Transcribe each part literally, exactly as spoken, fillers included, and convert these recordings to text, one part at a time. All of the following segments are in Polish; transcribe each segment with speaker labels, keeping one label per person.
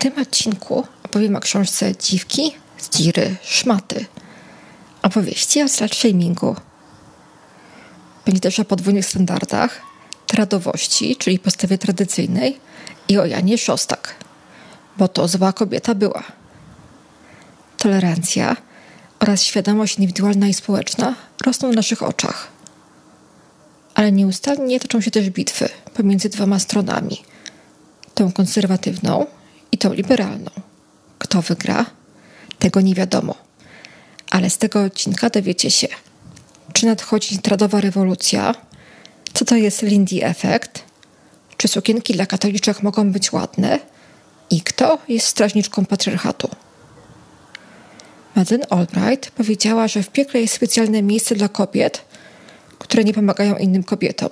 Speaker 1: tym odcinku opowiem o książce Dziwki, Zdziry, Szmaty. Opowieści o slut-shamingu. Będzie też o podwójnych standardach, tradowości, czyli postawie tradycyjnej, i o Janie Szostak, bo to zła kobieta była. Tolerancja oraz świadomość indywidualna i społeczna rosną na naszych oczach. Ale nieustannie toczą się też bitwy pomiędzy dwoma stronami. Tą konserwatywną i tą liberalną. Kto wygra? Tego nie wiadomo. Ale z tego odcinka dowiecie się, czy nadchodzi tradowa rewolucja, co to jest Lindy efekt, czy sukienki dla katoliczek mogą być ładne i kto jest strażniczką patriarchatu. Madeleine Albright powiedziała, że w piekle jest specjalne miejsce dla kobiet, które nie pomagają innym kobietom.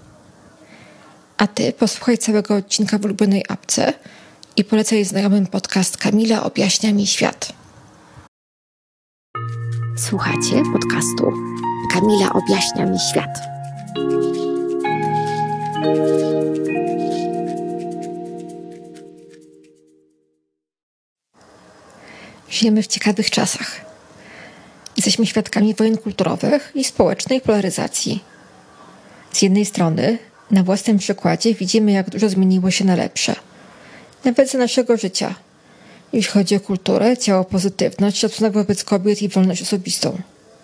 Speaker 1: A ty posłuchaj całego odcinka w ulubionej apce i polecaj znajomym podcast Kamila objaśnia mi świat.
Speaker 2: Słuchacie podcastu Kamila objaśnia mi świat.
Speaker 1: Żyjemy w ciekawych czasach. Jesteśmy świadkami wojen kulturowych i społecznej polaryzacji. Z jednej strony, na własnym przykładzie widzimy, jak dużo zmieniło się na lepsze. Nawet za naszego życia. Jeśli chodzi o kulturę, ciało pozytywność, szacunek wobec kobiet i wolność osobistą.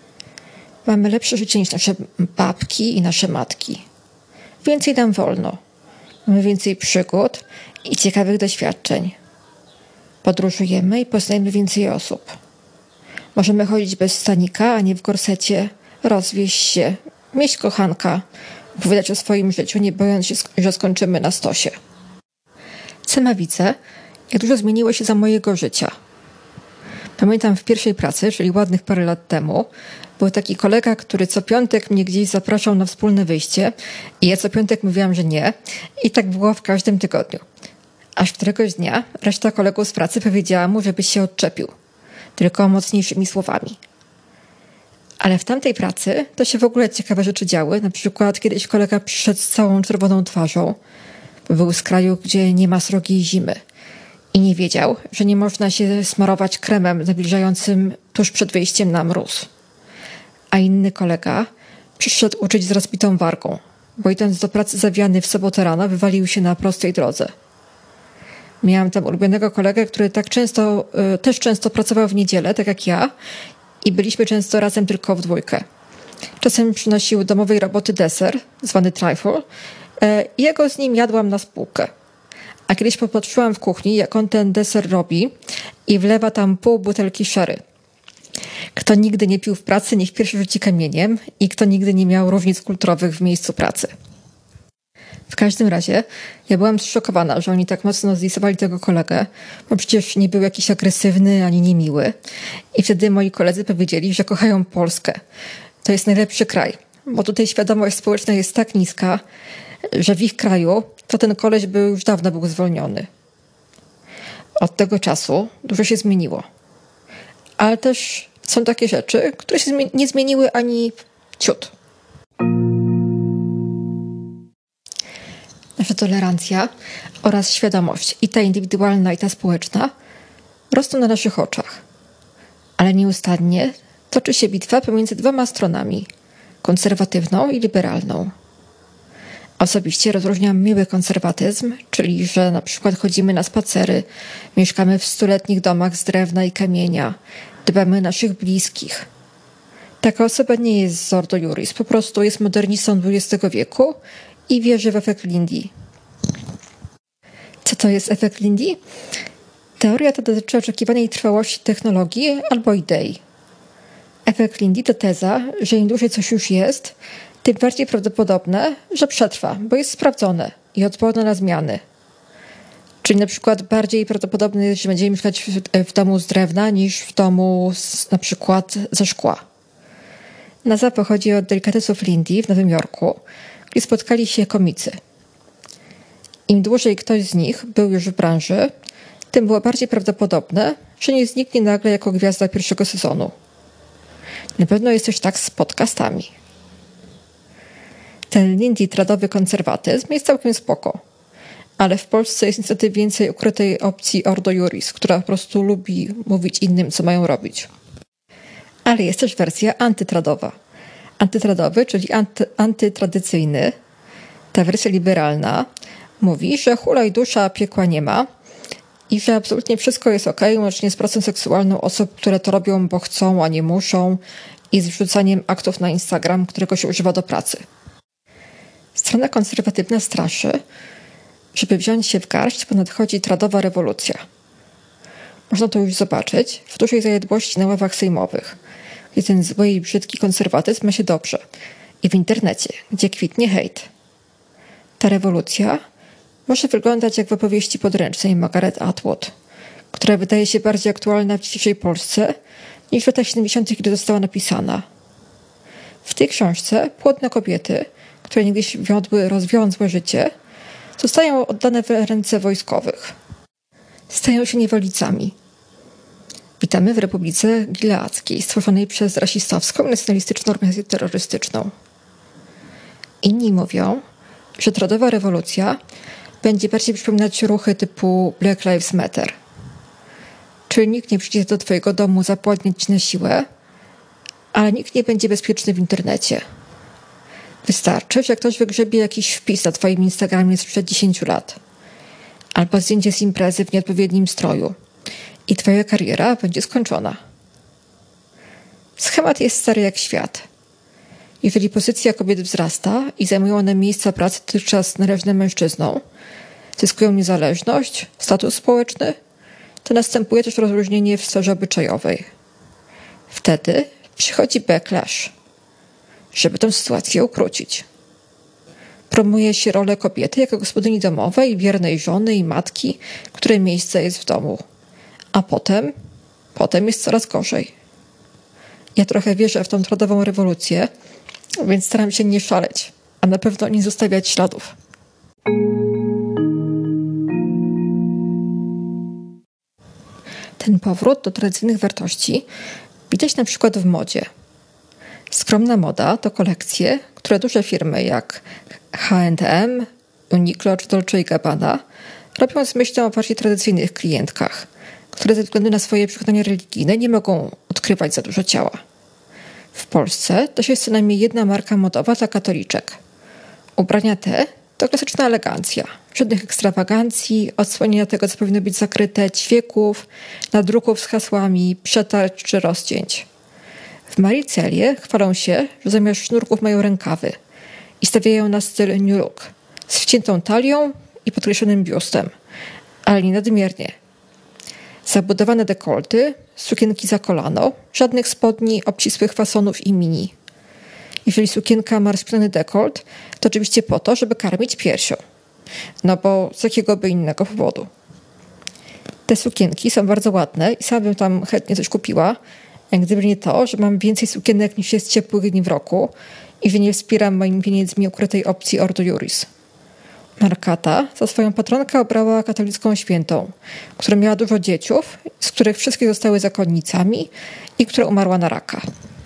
Speaker 1: Mamy lepsze życie niż nasze babki i nasze matki. Więcej nam wolno. Mamy więcej przygód i ciekawych doświadczeń. Podróżujemy i poznajemy więcej osób. Możemy chodzić bez stanika, a nie w gorsecie, rozwieść się, mieć kochanka, opowiadać o swoim życiu, nie bojąc się, że skończymy na stosie. Sama widzę, jak dużo zmieniło się za mojego życia. Pamiętam w pierwszej pracy, czyli ładnych parę lat temu, był taki kolega, który co piątek mnie gdzieś zapraszał na wspólne wyjście i ja co piątek mówiłam, że nie. I tak było w każdym tygodniu. Aż któregoś dnia reszta kolegów z pracy powiedziała mu, żebyś się odczepił. Tylko mocniejszymi słowami. Ale w tamtej pracy to się w ogóle ciekawe rzeczy działy. Na przykład kiedyś kolega przyszedł z całą czerwoną twarzą, bo był z kraju, gdzie nie ma srogiej zimy. I nie wiedział, że nie można się smarować kremem nawilżającym tuż przed wyjściem na mróz. A inny kolega przyszedł uczyć z rozbitą wargą, bo idąc do pracy zawijany w sobotę rano wywalił się na prostej drodze. Miałam tam ulubionego kolegę, który tak często, y, też często pracował w niedzielę, tak jak ja, i byliśmy często razem tylko w dwójkę. Czasem przynosił domowej roboty deser, zwany trifle, y, i ja go z nim jadłam na spółkę. A kiedyś popatrzyłam w kuchni, jak on ten deser robi i wlewa tam pół butelki sherry. Kto nigdy nie pił w pracy, niech pierwszy rzuci kamieniem i kto nigdy nie miał różnic kulturowych w miejscu pracy. W każdym razie ja byłam zszokowana, że oni tak mocno zdisowali tego kolegę, bo przecież nie był jakiś agresywny ani niemiły. I wtedy moi koledzy powiedzieli, że kochają Polskę. To jest najlepszy kraj, bo tutaj świadomość społeczna jest tak niska, że w ich kraju to ten koleś był już dawno był zwolniony. Od tego czasu dużo się zmieniło. Ale też są takie rzeczy, które się nie zmieniły ani ciut. Nasza tolerancja oraz świadomość, i ta indywidualna, i ta społeczna, rosną na naszych oczach. Ale nieustannie toczy się bitwa pomiędzy dwoma stronami, konserwatywną i liberalną. Osobiście rozróżniam miły konserwatyzm, czyli że na przykład chodzimy na spacery, mieszkamy w stuletnich domach z drewna i kamienia, dbamy o naszych bliskich. Taka osoba nie jest z Ordo Iuris, po prostu jest modernistą dwudziestego wieku i wierzy w efekt Lindy. Co to jest efekt Lindy? Teoria ta dotyczy oczekiwanej trwałości technologii albo idei. Efekt Lindy to teza, że im dłużej coś już jest, tym bardziej prawdopodobne, że przetrwa, bo jest sprawdzone i odporne na zmiany. Czyli na przykład bardziej prawdopodobne jest, że będziemy mieszkać w, w domu z drewna niż w domu z, na przykład ze szkła. Nazwa pochodzi od delikatesów Lindy w Nowym Jorku, gdzie spotkali się komicy. Im dłużej ktoś z nich był już w branży, tym było bardziej prawdopodobne, że nie zniknie nagle jako gwiazda pierwszego sezonu. Na pewno jest też tak z podcastami. Ten Lindy tradowy konserwatyzm jest całkiem spoko, Ale w Polsce jest niestety więcej ukrytej opcji Ordo Iuris, która po prostu lubi mówić innym, co mają robić. Ale jest też wersja antytradowa. Antytradowy, czyli anty, antytradycyjny, ta wersja liberalna, mówi, że hulaj dusza, piekła nie ma i że absolutnie wszystko jest okej, łącznie z pracą seksualną osób, które to robią, bo chcą, a nie muszą, i z wrzucaniem aktów na Instagram, którego się używa do pracy. Strona konserwatywna straszy, żeby wziąć się w garść, bo nadchodzi tradowa rewolucja. Można to już zobaczyć w dużej zajadłości na ławach sejmowych, gdzie ten zły i brzydki konserwatyzm ma się dobrze, i w internecie, gdzie kwitnie hejt. Ta rewolucja może wyglądać jak w opowieści podręcznej Margaret Atwood, która wydaje się bardziej aktualna w dzisiejszej Polsce niż w latach siedemdziesiątych, kiedy została napisana. W tej książce płodne kobiety, które niegdyś wiodły rozwiązłe życie, zostają oddane w ręce wojskowych. Stają się niewolnicami. Witamy w Republice Gileackiej, stworzonej przez rasistowską i nacjonalistyczną organizację terrorystyczną. Inni mówią, że tradowa rewolucja będzie bardziej przypominać ruchy typu Black Lives Matter. Czyli nikt nie przyjdzie do twojego domu zapłodnić na siłę, ale nikt nie będzie bezpieczny w internecie. Wystarczy, że ktoś wygrzebie jakiś wpis na twoim Instagramie sprzed dziesięciu lat. Albo zdjęcie z imprezy w nieodpowiednim stroju. I twoja kariera będzie skończona. Schemat jest stary jak świat. Jeżeli pozycja kobiet wzrasta i zajmują one miejsca pracy dotychczas należne mężczyznom, zyskują niezależność, status społeczny, to następuje też rozróżnienie w sferze obyczajowej. Wtedy przychodzi backlash, żeby tę sytuację ukrócić. Promuje się rolę kobiety jako gospodyni domowej, wiernej żony i matki, której miejsce jest w domu. A potem, potem jest coraz gorzej. Ja trochę wierzę w tą tradową rewolucję, więc staram się nie szaleć, a na pewno nie zostawiać śladów. Ten powrót do tradycyjnych wartości widać na przykład w modzie. Skromna moda to kolekcje, które duże firmy jak H and M, Uniqlo czy Dolce i Gabbana robią z myślą o bardziej tradycyjnych klientkach, które ze względu na swoje przekonania religijne nie mogą odkrywać za dużo ciała. W Polsce to jest co najmniej jedna marka modowa dla katoliczek. Ubrania te to klasyczna elegancja. Żadnych ekstrawagancji, odsłonienia tego, co powinno być zakryte, ćwieków, nadruków z hasłami, przetarć czy rozcięć. W Marii Celie chwalą się, że zamiast sznurków mają rękawy i stawiają na styl New Look z wciętą talią i podkreślonym biustem, ale nie nadmiernie. Zabudowane dekolty, sukienki za kolano, żadnych spodni, obcisłych fasonów i mini. Jeżeli sukienka ma rozpinany dekolt, to oczywiście po to, żeby karmić piersią. No bo z jakiego by innego powodu. Te sukienki są bardzo ładne i sama bym tam chętnie coś kupiła, jak gdyby nie to, że mam więcej sukienek niż jest ciepłych dni w roku i że nie wspieram moimi pieniędzmi ukrytej opcji Ordo Iuris. Markata za swoją patronkę obrała katolicką świętą, która miała dużo dzieciów, z których wszystkie zostały zakonnicami i która umarła na raka.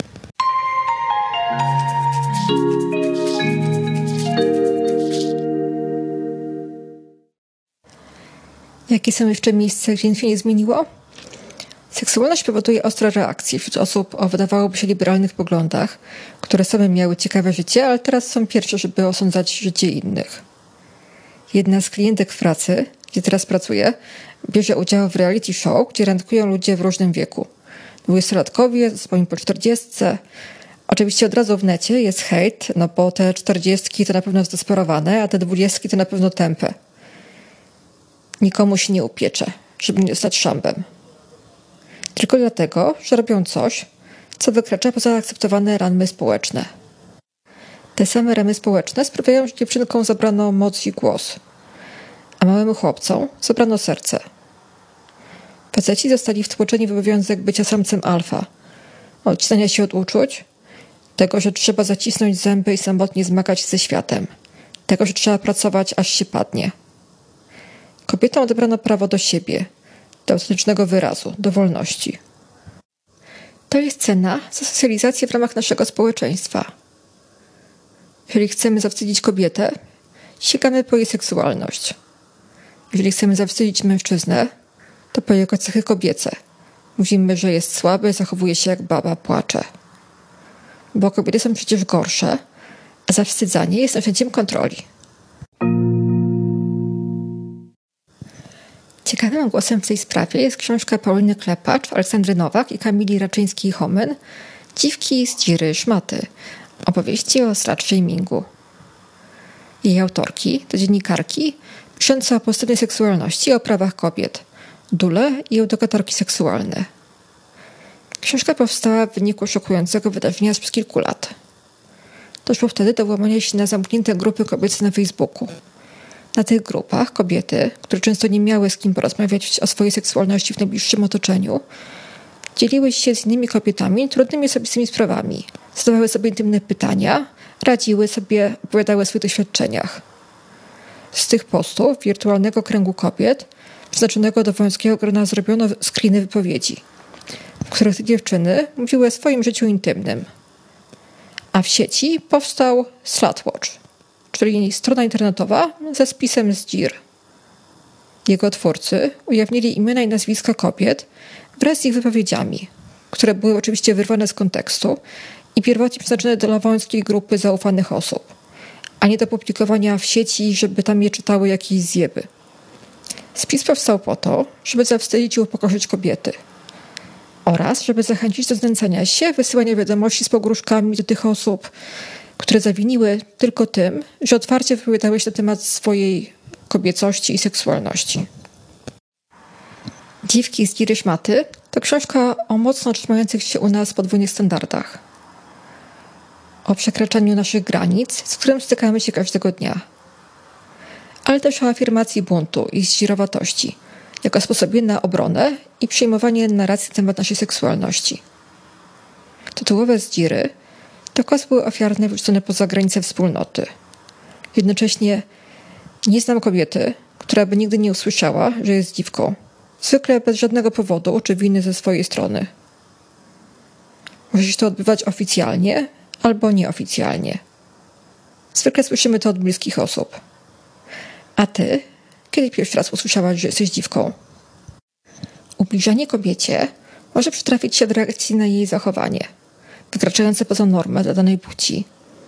Speaker 1: Jakie są jeszcze miejsca, gdzie nic się nie zmieniło? Seksualność powoduje ostre reakcje wśród osób o wydawałoby się liberalnych poglądach, które same miały ciekawe życie, ale teraz są pierwsze, żeby osądzać życie innych. Jedna z klientek w pracy, gdzie teraz pracuję, bierze udział w reality show, gdzie randkują ludzie w różnym wieku. Dwudziestolatkowie, zespołem po czterdziestce. Oczywiście od razu w necie jest hejt, no bo te czterdziestki to na pewno zdesperowane, a te dwudziestki to na pewno tępe. Nikomu się nie upiecze, żeby nie zostać szambem. Tylko dlatego, że robią coś, co wykracza poza akceptowane ramy społeczne. Te same ramy społeczne sprawiają, że dziewczynkom zabrano moc i głos, a małym chłopcom zabrano serce. Faceci zostali wtłoczeni w obowiązek bycia samcem alfa, odcinania się od uczuć, tego, że trzeba zacisnąć zęby i samotnie zmagać się ze światem, tego, że trzeba pracować, aż się padnie. Kobietom odebrano prawo do siebie, do autentycznego wyrazu, do wolności. To jest cena za socjalizację w ramach naszego społeczeństwa. Jeżeli chcemy zawstydzić kobietę, sięgamy po jej seksualność. Jeżeli chcemy zawstydzić mężczyznę, to po jego cechy kobiece. Mówimy, że jest słaby, zachowuje się jak baba, płacze. Bo kobiety są przecież gorsze, a zawstydzanie jest narzędziem kontroli. Ciekawym głosem w tej sprawie jest książka Pauliny Klepacz, Aleksandry Nowak i Kamili Raczyńskiej-Homen Dziwki, zdziry, szmaty. Opowieści o slut-shamingu. Jej autorki to dziennikarki piszące o postępnej seksualności i o prawach kobiet, dule i edukatorki seksualne. Książka powstała w wyniku szokującego wydarzenia sprzed kilku lat. Doszło wtedy do włamania się na zamknięte grupy kobiece na Facebooku. Na tych grupach kobiety, które często nie miały z kim porozmawiać o swojej seksualności w najbliższym otoczeniu, dzieliły się z innymi kobietami trudnymi osobistymi sprawami, zadawały sobie intymne pytania, radziły sobie, opowiadały o swoich doświadczeniach. Z tych postów wirtualnego kręgu kobiet, przeznaczonego do wąskiego grona, zrobiono screeny wypowiedzi, w których te dziewczyny mówiły o swoim życiu intymnym. A w sieci powstał Slutwatch, czyli strona internetowa ze spisem zdzir. Jego twórcy ujawnili imiona i nazwiska kobiet wraz z ich wypowiedziami, które były oczywiście wyrwane z kontekstu i pierwotnie przeznaczone dla wąskiej grupy zaufanych osób, a nie do publikowania w sieci, żeby tam je czytały jakieś zjeby. Spis powstał po to, żeby zawstydzić i upokorzyć kobiety oraz żeby zachęcić do znęcania się, wysyłania wiadomości z pogróżkami do tych osób, które zawiniły tylko tym, że otwarcie wypowiadały się na temat swojej kobiecości i seksualności. Dziwki, zdziry, szmaty to książka o mocno trzymających się u nas podwójnych standardach. O przekraczaniu naszych granic, z którym stykamy się każdego dnia. Ale też o afirmacji buntu i zdzirowatości, jako sposobie na obronę i przyjmowanie narracji na temat naszej seksualności. Tytułowe zdziry to kozły ofiarne wyrzucone poza granice wspólnoty. Jednocześnie nie znam kobiety, która by nigdy nie usłyszała, że jest dziwką. Zwykle bez żadnego powodu czy winy ze swojej strony. Może się to odbywać oficjalnie albo nieoficjalnie. Zwykle słyszymy to od bliskich osób. A ty, kiedy pierwszy raz usłyszałaś, że jesteś dziwką? Ubliżanie kobiecie może przytrafić się w reakcji na jej zachowanie, wykraczające poza normę dla danej płci.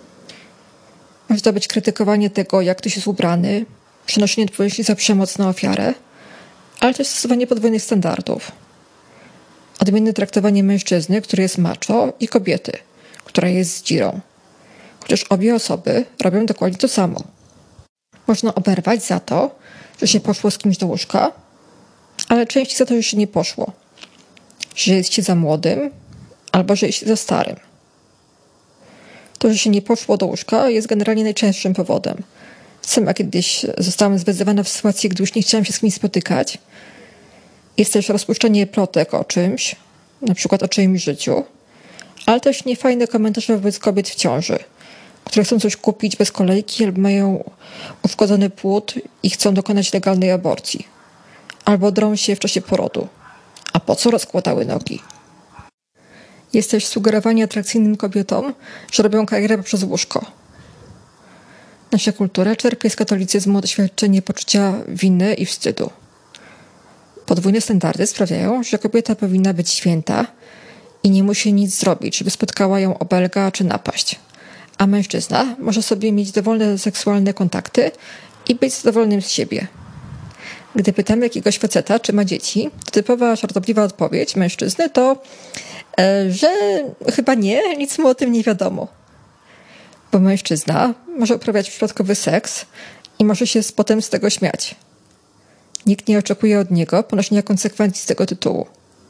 Speaker 1: Może to być krytykowanie tego, jak ktoś jest ubrany, przenoszenie odpowiedzialności za przemoc na ofiarę, ale też stosowanie podwójnych standardów. Odmienne traktowanie mężczyzny, który jest macho, i kobiety, która jest zdzirą. Chociaż obie osoby robią dokładnie to samo. Można oberwać za to, że się poszło z kimś do łóżka, ale częściej za to, że się nie poszło. Że jest się za młodym, albo że jest się za starym. To, że się nie poszło do łóżka, jest generalnie najczęstszym powodem. Sama kiedyś zostałam zwezywana w sytuacji, gdy już nie chciałam się z kimś spotykać. Jest też rozpuszczenie plotek o czymś, na przykład o czyimś życiu, ale też niefajne komentarze wobec kobiet w ciąży, które chcą coś kupić bez kolejki albo mają uszkodzony płód i chcą dokonać legalnej aborcji. Albo drą się w czasie porodu. A po co rozkładały nogi? Jest też sugerowanie atrakcyjnym kobietom, że robią karierę poprzez łóżko. Nasza kultura czerpie z katolicyzmu doświadczenie poczucia winy i wstydu. Podwójne standardy sprawiają, że kobieta powinna być święta i nie musi nic zrobić, żeby spotkała ją obelga czy napaść. A mężczyzna może sobie mieć dowolne seksualne kontakty i być zadowolonym z siebie. Gdy pytamy jakiegoś faceta, czy ma dzieci, to typowa żartobliwa odpowiedź mężczyzny to, że chyba nie, nic mu o tym nie wiadomo. Bo mężczyzna może uprawiać przypadkowy seks i może się potem z tego śmiać. Nikt nie oczekuje od niego ponoszenia konsekwencji z tego tytułu.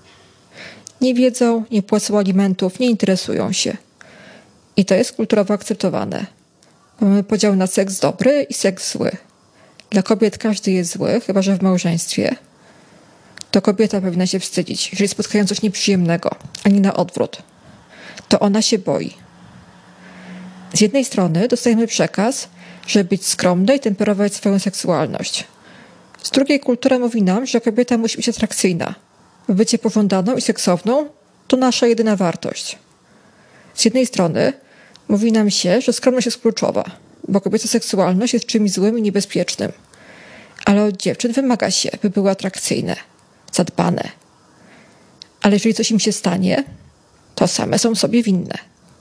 Speaker 1: Nie wiedzą, nie płacą alimentów, nie interesują się. I to jest kulturowo akceptowane. Mamy podział na seks dobry i seks zły. Dla kobiet każdy jest zły, chyba że w małżeństwie. To kobieta powinna się wstydzić, jeżeli spotkają coś nieprzyjemnego, a nie na odwrót. To ona się boi. Z jednej strony dostajemy przekaz, żeby być skromny i temperować swoją seksualność. Z drugiej kultura mówi nam, że kobieta musi być atrakcyjna. Bycie pożądaną i seksowną to nasza jedyna wartość. Z jednej strony mówi nam się, że skromność jest kluczowa, bo kobieca seksualność jest czymś złym i niebezpiecznym. Ale od dziewczyn wymaga się, by były atrakcyjne, zadbane. Ale jeżeli coś im się stanie, to same są sobie winne.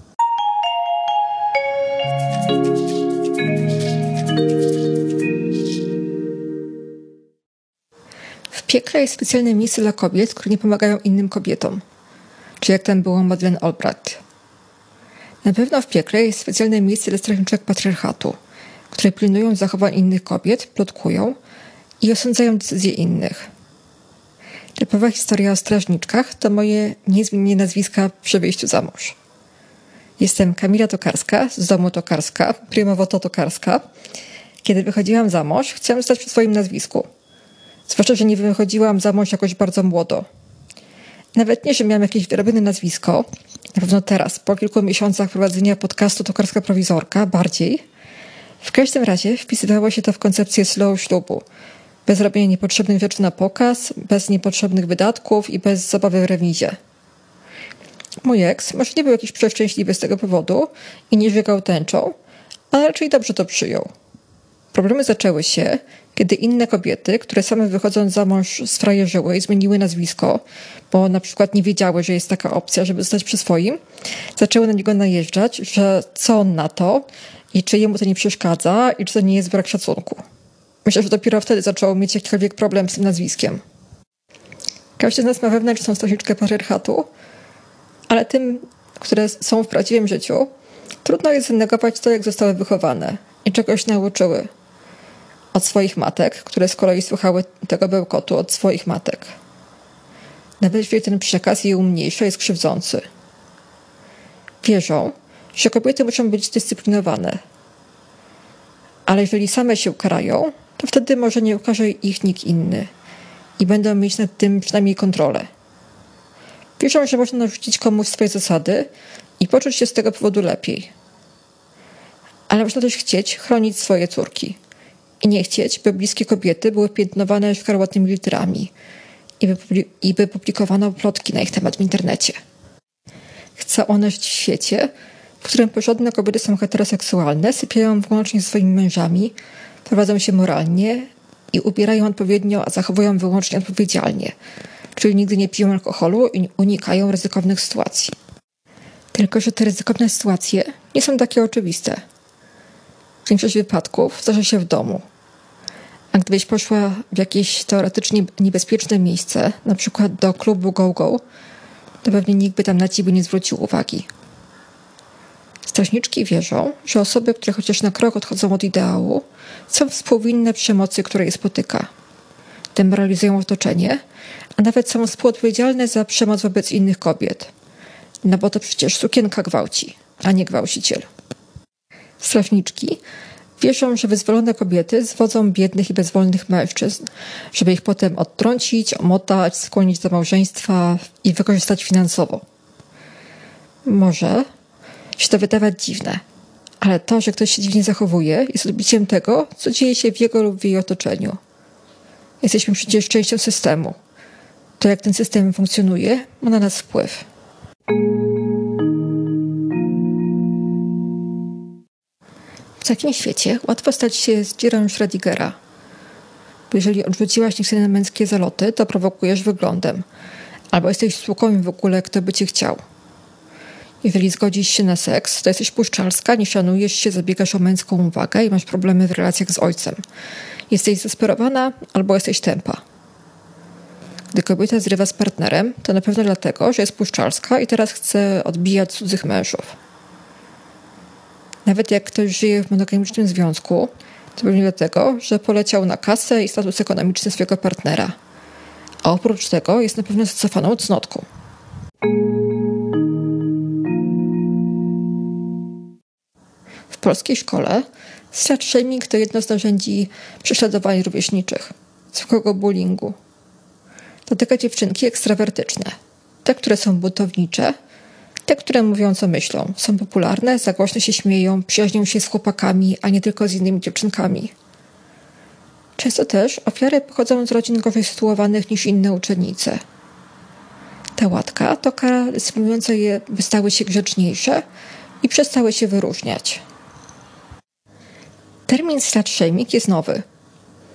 Speaker 1: W piekle jest specjalne miejsce dla kobiet, które nie pomagają innym kobietom. Czy jak tam było Madeleine Albright. Na pewno w piekle jest specjalne miejsce dla strażniczek patriarchatu, które pilnują zachowań innych kobiet, plotkują i osądzają decyzje innych. Typowa historia o strażniczkach to moje niezmiennie nazwiska przy wyjściu za mąż. Jestem Kamila Tokarska, z domu Tokarska, prymowo Tokarska. Kiedy wychodziłam za mąż, chciałam stać przy swoim nazwisku. Zwłaszcza, że nie wychodziłam za mąż jakoś bardzo młodo. Nawet nie, że miałam jakieś wyrobione nazwisko. Na pewno teraz, po kilku miesiącach prowadzenia podcastu Tokarska Prowizorka, bardziej. W każdym razie wpisywało się to w koncepcję slow ślubu. Bez robienia niepotrzebnych rzeczy na pokaz, bez niepotrzebnych wydatków i bez zabawy w remizie. Mój eks może nie był jakiś przeszczęśliwy z tego powodu i nie żygał tęczą, ale raczej dobrze to przyjął. Problemy zaczęły się, kiedy inne kobiety, które same wychodząc za mąż sfrajerzyły i zmieniły nazwisko, bo na przykład nie wiedziały, że jest taka opcja, żeby zostać przy swoim, zaczęły na niego najeżdżać, że co on na to i czy jemu to nie przeszkadza i czy to nie jest brak szacunku. Myślę, że dopiero wtedy zaczął mieć jakikolwiek problem z tym nazwiskiem. Każdy z nas ma wewnętrzną strażniczkę patriarchatu, ale tym, które są w prawdziwym życiu, trudno jest zanegować to, jak zostały wychowane i czegoś nauczyły od swoich matek, które z kolei słuchały tego bełkotu od swoich matek. Nawet jeżeli ten przekaz je umniejsza, jest krzywdzący. Wierzą, że kobiety muszą być dyscyplinowane. Ale jeżeli same się ukarają, to wtedy może nie ukarze ich nikt inny i będą mieć nad tym przynajmniej kontrolę. Wierzą, że można narzucić komuś swoje zasady i poczuć się z tego powodu lepiej. Ale można też chcieć chronić swoje córki i nie chcieć, by bliskie kobiety były piętnowane szkarłatnymi literami i by, i by publikowano plotki na ich temat w internecie. Chcą one żyć w świecie, w którym porządne kobiety są heteroseksualne, sypiają wyłącznie ze swoimi mężami, prowadzą się moralnie i ubierają odpowiednio, a zachowują wyłącznie odpowiedzialnie, czyli nigdy nie piją alkoholu i unikają ryzykownych sytuacji. Tylko że te ryzykowne sytuacje nie są takie oczywiste. Większość wypadków zdarza się w domu. A gdybyś poszła w jakieś teoretycznie niebezpieczne miejsce, na przykład do klubu go-go, to pewnie nikt by tam na ciebie nie zwrócił uwagi. Strażniczki wierzą, że osoby, które chociaż na krok odchodzą od ideału, są współwinne przemocy, która je spotyka. Demoralizują otoczenie, a nawet są współodpowiedzialne za przemoc wobec innych kobiet. No bo to przecież sukienka gwałci, a nie gwałciciel. Strażniczki wierzą, że wyzwolone kobiety zwodzą biednych i bezwolnych mężczyzn, żeby ich potem odtrącić, omotać, skłonić do małżeństwa i wykorzystać finansowo. Może się to wydawać dziwne, ale to, że ktoś się dziwnie zachowuje, jest odbiciem tego, co dzieje się w jego lub w jej otoczeniu. Jesteśmy przecież częścią systemu. To, jak ten system funkcjonuje, ma na nas wpływ. W takim świecie łatwo stać się zdzirą Schrödingera. Bo jeżeli odrzuciłaś niektórne męskie zaloty, to prowokujesz wyglądem. Albo jesteś sługą w ogóle, kto by cię chciał. Jeżeli zgodzisz się na seks, to jesteś puszczalska, nie szanujesz się, zabiegasz o męską uwagę i masz problemy w relacjach z ojcem. Jesteś zdesperowana albo jesteś tępa. Gdy kobieta zrywa z partnerem, to na pewno dlatego, że jest puszczalska i teraz chce odbijać cudzych mężów. Nawet jak ktoś żyje w monogamicznym związku, to pewnie dlatego, że poleciał na kasę i status ekonomiczny swojego partnera. A oprócz tego jest na pewno zacofaną cnotką. W polskiej szkole slut shaming to jedno z narzędzi prześladowań rówieśniczych, zwykłego bullyingu. Dotyka dziewczynki ekstrawertyczne, te, które są buntownicze, te, które mówią, co myślą, są popularne, za głośno się śmieją, przyjaźnią się z chłopakami, a nie tylko z innymi dziewczynkami. Często też ofiary pochodzą z rodzin gorzej sytuowanych niż inne uczennice. Ta łatka to kara dyscyplinująca je, by stały się grzeczniejsze i przestały się wyróżniać. Termin slut shaming jest nowy,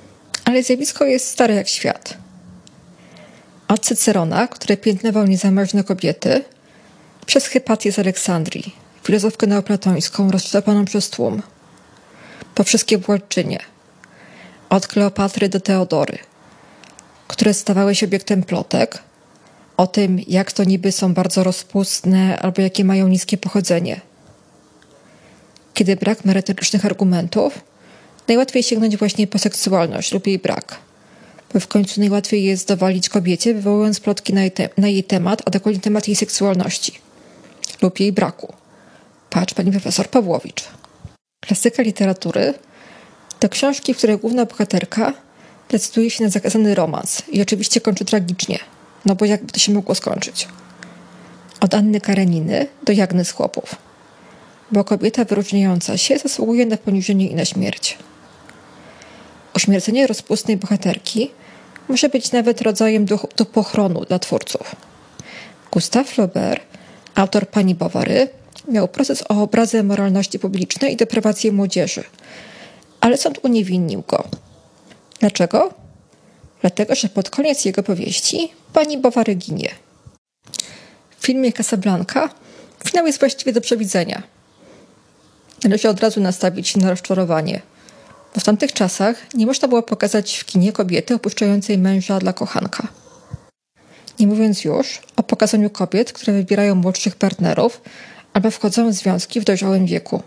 Speaker 1: ale zjawisko jest stare jak świat. Od Cycerona, który piętnował niezamożne kobiety, przez Hypatię z Aleksandrii, filozofkę neoplatońską rozszczepaną przez tłum, po wszystkie władczynie, od Kleopatry do Teodory, które stawały się obiektem plotek, o tym, jak to niby są bardzo rozpustne albo jakie mają niskie pochodzenie. Kiedy brak merytorycznych argumentów, najłatwiej sięgnąć właśnie po seksualność lub jej brak, bo w końcu najłatwiej jest dowalić kobiecie, wywołując plotki na jej, te- na jej temat, a dokładnie temat jej seksualności lub jej braku. Patrz, pani profesor Pawłowicz. Klasyka literatury to książki, w których główna bohaterka decyduje się na zakazany romans i oczywiście kończy tragicznie, no bo jakby to się mogło skończyć. Od Anny Kareniny do Jagny z chłopów. Bo kobieta wyróżniająca się zasługuje na poniżenie i na śmierć. Uśmiercenie rozpustnej bohaterki może być nawet rodzajem duch- duchopochronu dla twórców. Gustave Flaubert, autor Pani Bovary, miał proces o obrazę moralności publicznej i deprawację młodzieży, ale sąd uniewinnił go. Dlaczego? Dlatego, że pod koniec jego powieści Pani Bovary ginie. W filmie Casablanca finał jest właściwie do przewidzenia. Należy od razu nastawić się na rozczarowanie, bo w tamtych czasach nie można było pokazać w kinie kobiety opuszczającej męża dla kochanka. Nie mówiąc już o pokazaniu kobiet, które wybierają młodszych partnerów albo wchodzą w związki w dojrzałym wieku.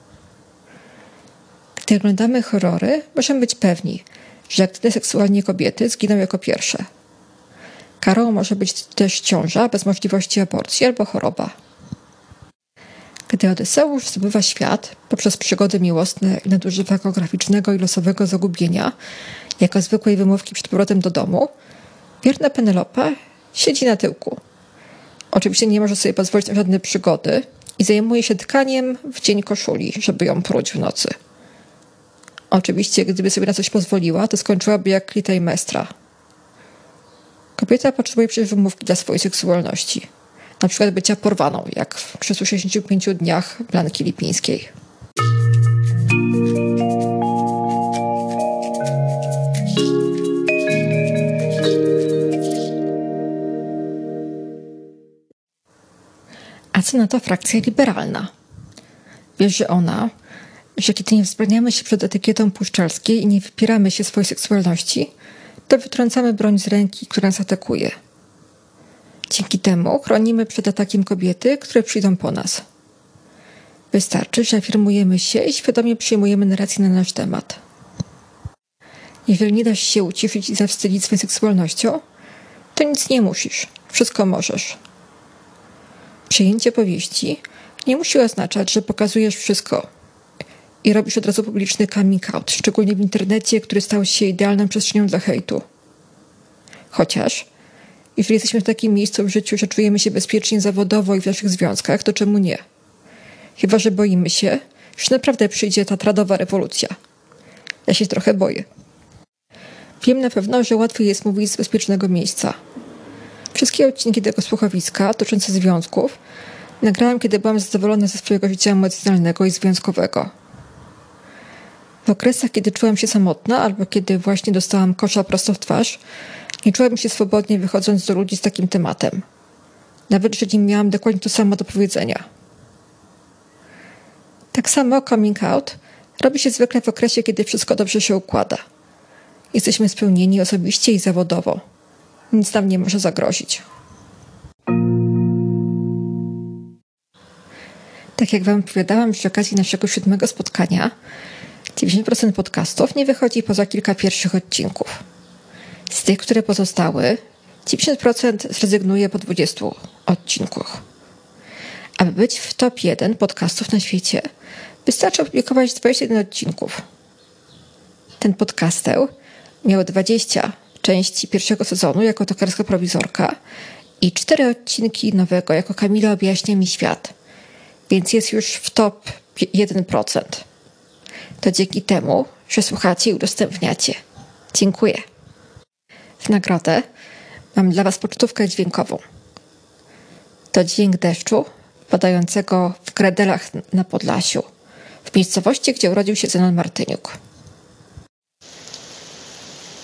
Speaker 1: Gdy oglądamy horrory, możemy być pewni, że aktywne seksualnie kobiety zginą jako pierwsze. Karą może być też ciąża bez możliwości aborcji albo choroba. Gdy Odyseusz zdobywa świat poprzez przygody miłosne i nadużywa geograficznego i losowego zagubienia jako zwykłej wymówki przed powrotem do domu, wierna Penelope siedzi na tyłku. Oczywiście nie może sobie pozwolić na żadne przygody i zajmuje się tkaniem w dzień koszuli, żeby ją pruć w nocy. Oczywiście, gdyby sobie na coś pozwoliła, to skończyłaby jak Clitemnestra. Kobieta potrzebuje przecież wymówki dla swojej seksualności. Na przykład bycia porwaną, jak w trzystu sześćdziesięciu pięciu dniach Blanki Lipińskiej. A co na to frakcja liberalna? Wiesz, że ona, że kiedy nie wzbraniamy się przed etykietą puszczalskiej i nie wypieramy się swojej seksualności, to wytrącamy broń z ręki, która nas atakuje. Dzięki temu chronimy przed atakiem kobiety, które przyjdą po nas. Wystarczy, że afirmujemy się i świadomie przyjmujemy narrację na nasz temat. Jeżeli nie dasz się uciszyć i zawstydzić swoją seksualnością, to nic nie musisz, wszystko możesz. Przyjęcie powieści nie musi oznaczać, że pokazujesz wszystko i robisz od razu publiczny coming out, szczególnie w internecie, który stał się idealną przestrzenią dla hejtu. Chociaż, jeżeli jesteśmy w takim miejscu w życiu, że czujemy się bezpiecznie zawodowo i w naszych związkach, to czemu nie? Chyba że boimy się, że naprawdę przyjdzie ta tradowa rewolucja. Ja się trochę boję. Wiem na pewno, że łatwiej jest mówić z bezpiecznego miejsca. Wszystkie odcinki tego słuchowiska dotyczące związków nagrałam, kiedy byłam zadowolona ze swojego życia emocjonalnego i związkowego. W okresach, kiedy czułam się samotna albo kiedy właśnie dostałam kosza prosto w twarz, nie czułam się swobodnie wychodząc do ludzi z takim tematem. Nawet jeżeli miałam dokładnie to samo do powiedzenia. Tak samo coming out robi się zwykle w okresie, kiedy wszystko dobrze się układa. Jesteśmy spełnieni osobiście i zawodowo. Nic nam nie może zagrozić. Tak jak wam opowiadałam przy okazji naszego siódmego spotkania, dziewięćdziesiąt procent podcastów nie wychodzi poza kilka pierwszych odcinków. Z tych, które pozostały, dziewięćdziesiąt procent zrezygnuje po dwudziestu odcinkach. Aby być w top jeden podcastów na świecie, wystarczy opublikować dwadzieścia jeden odcinków. Ten podcasteł miał dwadzieścia części pierwszego sezonu jako tokarska prowizorka i cztery odcinki nowego jako Kamila objaśnia mi świat, więc jest już w top jeden procent. To dzięki temu, że słuchacie i udostępniacie. Dziękuję. W nagrodę mam dla was pocztówkę dźwiękową. To dźwięk deszczu padającego w Gredelach na Podlasiu, w miejscowości, gdzie urodził się Zenon Martyniuk.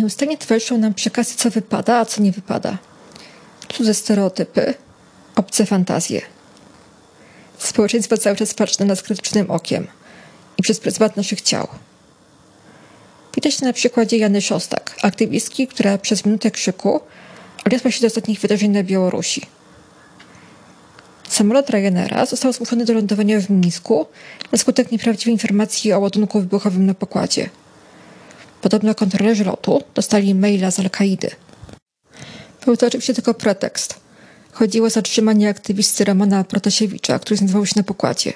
Speaker 1: Nieustannie towarzyszą nam przekazy, co wypada, a co nie wypada. Cudze stereotypy, obce fantazje. Społeczeństwo cały czas patrzy na nas krytycznym okiem i przez pryzmat naszych ciał. Widać to na przykładzie Jany Szostak, aktywistki, która przez minutę krzyku odniosła się do ostatnich wydarzeń na Białorusi. Samolot Ryanaira został zmuszony do lądowania w Mińsku na skutek nieprawdziwej informacji o ładunku wybuchowym na pokładzie. Podobno kontrolerzy lotu dostali maila z Al-Kaidy. Był to oczywiście tylko pretekst. Chodziło o zatrzymanie aktywisty Romana Protasiewicza, który znajdował się na pokładzie.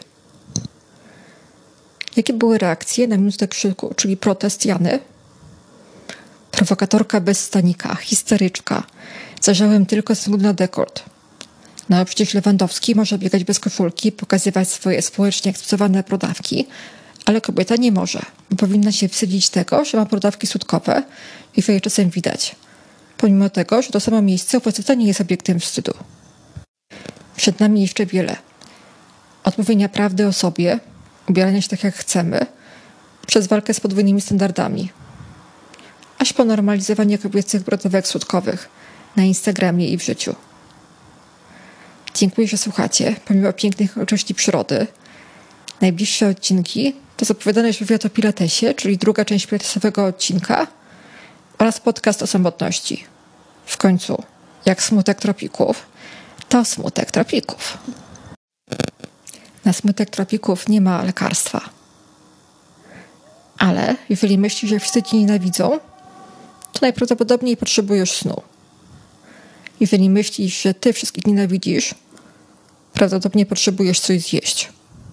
Speaker 1: Jakie były reakcje na minutę krzyku, czyli protest Jany? Prowokatorka bez stanika, histeryczka. Zażałem tylko ze względu na dekolt. No przecież Lewandowski może biegać bez koszulki, pokazywać swoje społecznie akceptowane brodawki, ale kobieta nie może, bo powinna się wstydzić tego, że ma brodawki sutkowe i je czasem widać. Pomimo tego, że to samo miejsce u faceta nie jest obiektem wstydu. Przed nami jeszcze wiele. Od mówienia prawdy o sobie, ubierania się tak jak chcemy, przez walkę z podwójnymi standardami, aż po normalizowanie kobiecych brodawek sutkowych na Instagramie i w życiu. Dziękuję, że słuchacie, pomimo pięknych okoliczności przyrody. Najbliższe odcinki to zapowiadany już wywiad o Pilatesie, czyli druga część pilatesowego odcinka oraz podcast o samotności. W końcu, jak smutek tropików, to smutek tropików. Na smutek tropików nie ma lekarstwa. Ale jeżeli myślisz, że wszyscy cię nienawidzą, to najprawdopodobniej potrzebujesz snu. Jeżeli myślisz, że ty wszystkich nienawidzisz, prawdopodobnie potrzebujesz coś zjeść.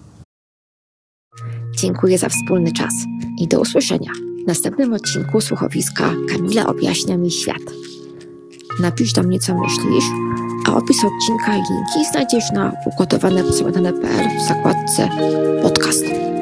Speaker 2: Dziękuję za wspólny czas i do usłyszenia w następnym odcinku słuchowiska Kamila objaśnia mi świat. Napisz do mnie, co myślisz, a opis odcinka i linki znajdziesz na ugotowane kropka p l w zakładce podcast.